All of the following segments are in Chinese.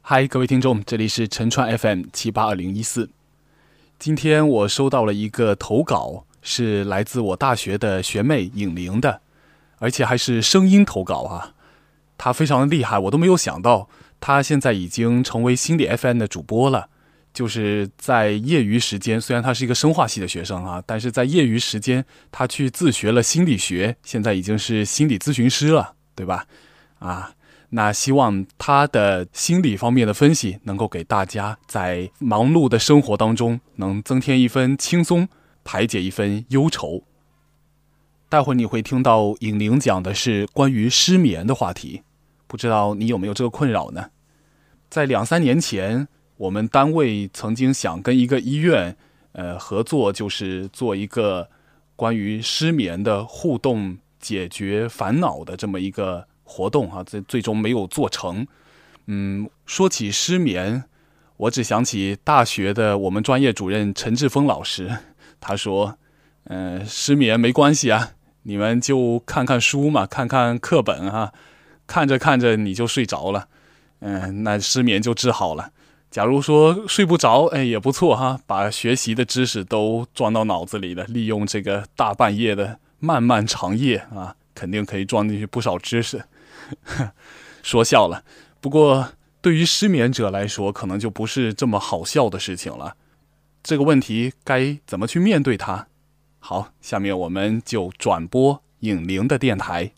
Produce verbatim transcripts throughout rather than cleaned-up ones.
嗨，各位听众，这里是陈川 F M 七八二零一四。今天我收到了一个投稿，是来自我大学的学妹影玲的，而且还是声音投稿啊。她非常的厉害，我都没有想到，她现在已经成为心理 F M 的主播了。就是在业余时间，虽然她是一个生化系的学生啊，但是在业余时间，她去自学了心理学，现在已经是心理咨询师了，对吧？啊。那希望他的心理方面的分析能够给大家在忙碌的生活当中能增添一分轻松，排解一分忧愁。待会儿你会听到影玲讲的是关于失眠的话题，不知道你有没有这个困扰呢？在两三年前，我们单位曾经想跟一个医院呃合作，就是做一个关于失眠的互动解决烦恼的这么一个活动啊，这最终没有做成。嗯，说起失眠，我只想起大学的我们专业主任陈志峰老师，他说，呃，失眠没关系啊，你们就看看书嘛，看看课本啊，看着看着你就睡着了，嗯、呃，那失眠就治好了。假如说睡不着，哎，也不错哈，把学习的知识都装到脑子里了，利用这个大半夜的漫漫长夜啊，肯定可以装进去不少知识。说笑了，不过对于失眠者来说，可能就不是这么好笑的事情了。这个问题该怎么去面对它？好，下面我们就转播影玲的电台。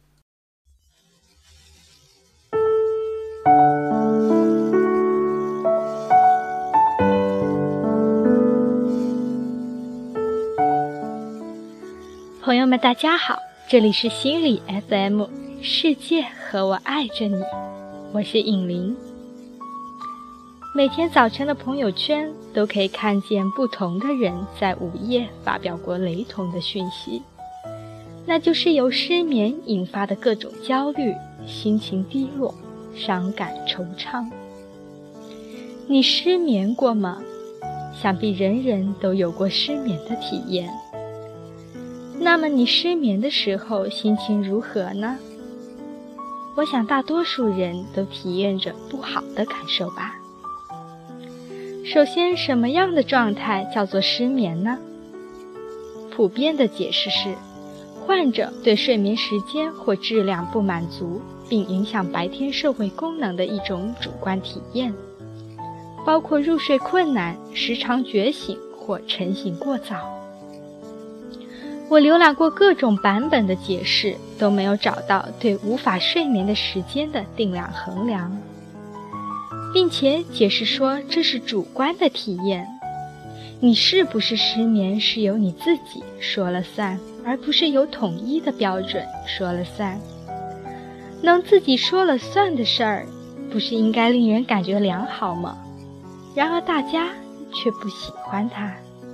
朋友们大家好，这里是心理 F M， 世界和我爱着你，我是影玲。每天早晨的朋友圈都可以看见不同的人在午夜发表过雷同的讯息，那就是由失眠引发的各种焦虑、心情低落、伤感惆怅。你失眠过吗？想必人人都有过失眠的体验。那么你失眠的时候心情如何呢？我想大多数人都体验着不好的感受吧。首先，什么样的状态叫做失眠呢？普遍的解释是，患者对睡眠时间或质量不满足，并影响白天社会功能的一种主观体验，包括入睡困难、时常觉醒或晨醒过早。我浏览过各种版本的解释，都没有找到对无法睡眠的时间的定量衡量，并且解释说这是主观的体验，你是不是失眠是由你自己说了算，而不是由统一的标准说了算。能自己说了算的事儿，不是应该令人感觉良好吗？然而大家却不喜欢它。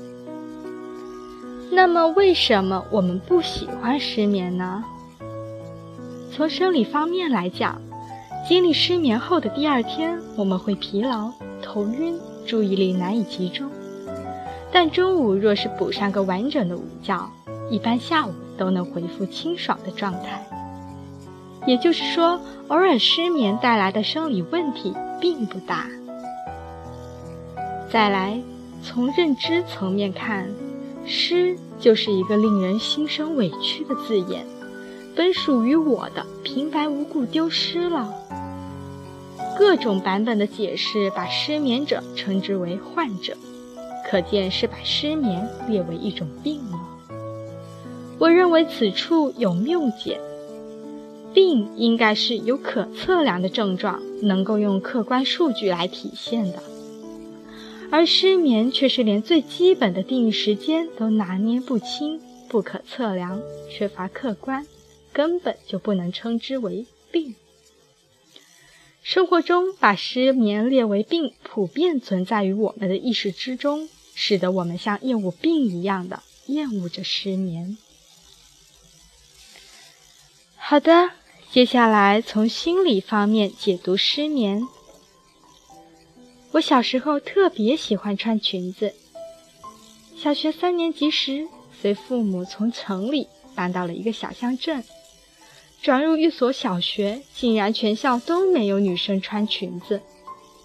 那么为什么我们不喜欢失眠呢？从生理方面来讲，经历失眠后的第二天，我们会疲劳、头晕、注意力难以集中。但中午若是补上个完整的午觉，一般下午都能恢复清爽的状态。也就是说，偶尔失眠带来的生理问题并不大。再来，从认知层面看，失就是一个令人心生委屈的字眼，本属于我的平白无故丢失了。各种版本的解释把失眠者称之为患者，可见是把失眠列为一种病了。我认为此处有谬解，病应该是有可测量的症状，能够用客观数据来体现的。而失眠却是连最基本的定义时间都拿捏不清，不可测量，缺乏客观，根本就不能称之为病。生活中把失眠列为病，普遍存在于我们的意识之中，使得我们像厌恶病一样的厌恶着失眠。好的，接下来从心理方面解读失眠。我小时候特别喜欢穿裙子。小学三年级时，随父母从城里搬到了一个小乡镇，转入一所小学，竟然全校都没有女生穿裙子。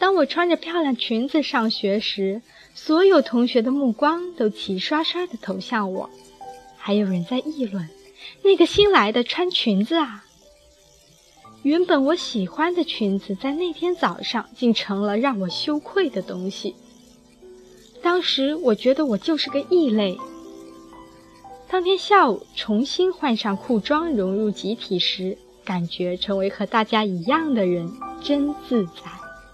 当我穿着漂亮裙子上学时，所有同学的目光都齐刷刷地投向我，还有人在议论，那个新来的穿裙子啊。原本我喜欢的裙子，在那天早上竟成了让我羞愧的东西。当时我觉得我就是个异类。当天下午重新换上裤装融入集体时，感觉成为和大家一样的人真自在。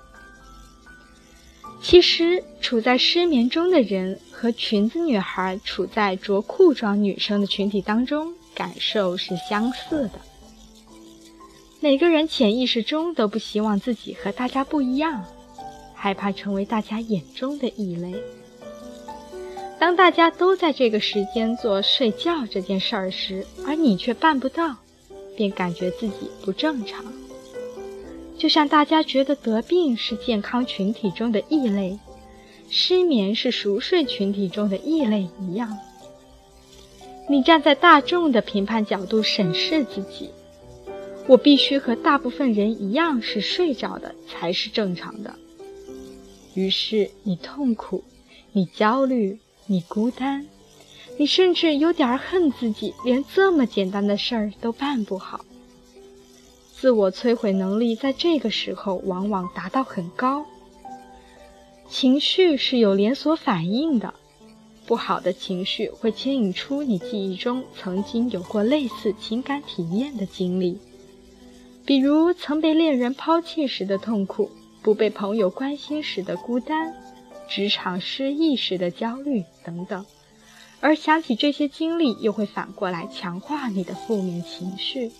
其实处在失眠中的人和裙子女孩处在着裤装女生的群体当中，感受是相似的。每个人潜意识中都不希望自己和大家不一样，害怕成为大家眼中的异类。当大家都在这个时间做睡觉这件事儿时，而你却办不到，便感觉自己不正常。就像大家觉得得病是健康群体中的异类，失眠是熟睡群体中的异类一样。你站在大众的评判角度审视自己，我必须和大部分人一样是睡着的才是正常的。于是你痛苦，你焦虑，你孤单，你甚至有点恨自己，连这么简单的事儿都办不好。自我摧毁能力在这个时候往往达到很高。情绪是有连锁反应的，不好的情绪会牵引出你记忆中曾经有过类似情感体验的经历，比如曾被恋人抛弃时的痛苦，不被朋友关心时的孤单，职场失意时的焦虑等等。而想起这些经历，又会反过来强化你的负面情绪。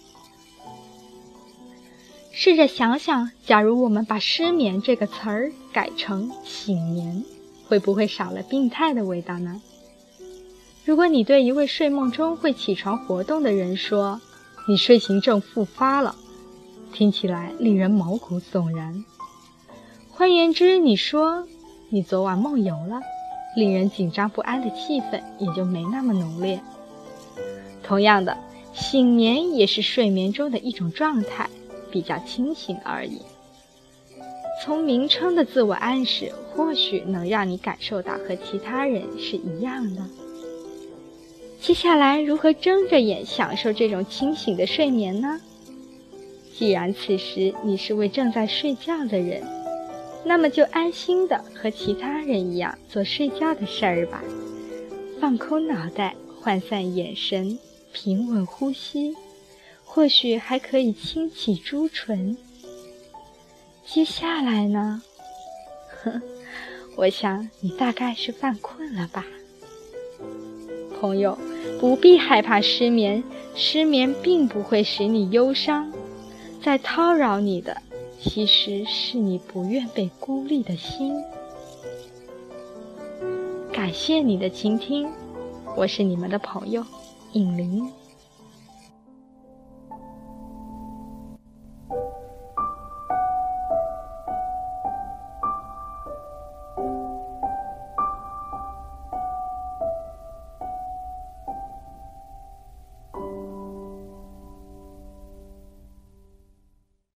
试着想想，假如我们把失眠这个词儿改成醒眠，会不会少了病态的味道呢？如果你对一位睡梦中会起床活动的人说，你睡醒症复发了，听起来令人毛骨悚然。换言之，你说你昨晚梦游了，令人紧张不安的气氛也就没那么浓烈。同样的，醒眠也是睡眠中的一种状态，比较清醒而已。从名称的自我暗示，或许能让你感受到和其他人是一样的。接下来如何睁着眼享受这种清醒的睡眠呢？既然此时你是位正在睡觉的人，那么就安心的和其他人一样做睡觉的事儿吧。放空脑袋，涣散眼神，平稳呼吸，或许还可以轻启朱唇。接下来呢？哼，我想你大概是犯困了吧。朋友，不必害怕失眠，失眠并不会使你忧伤，在叨扰你的其实是你不愿被孤立的心。感谢你的倾听，我是你们的朋友尹玲。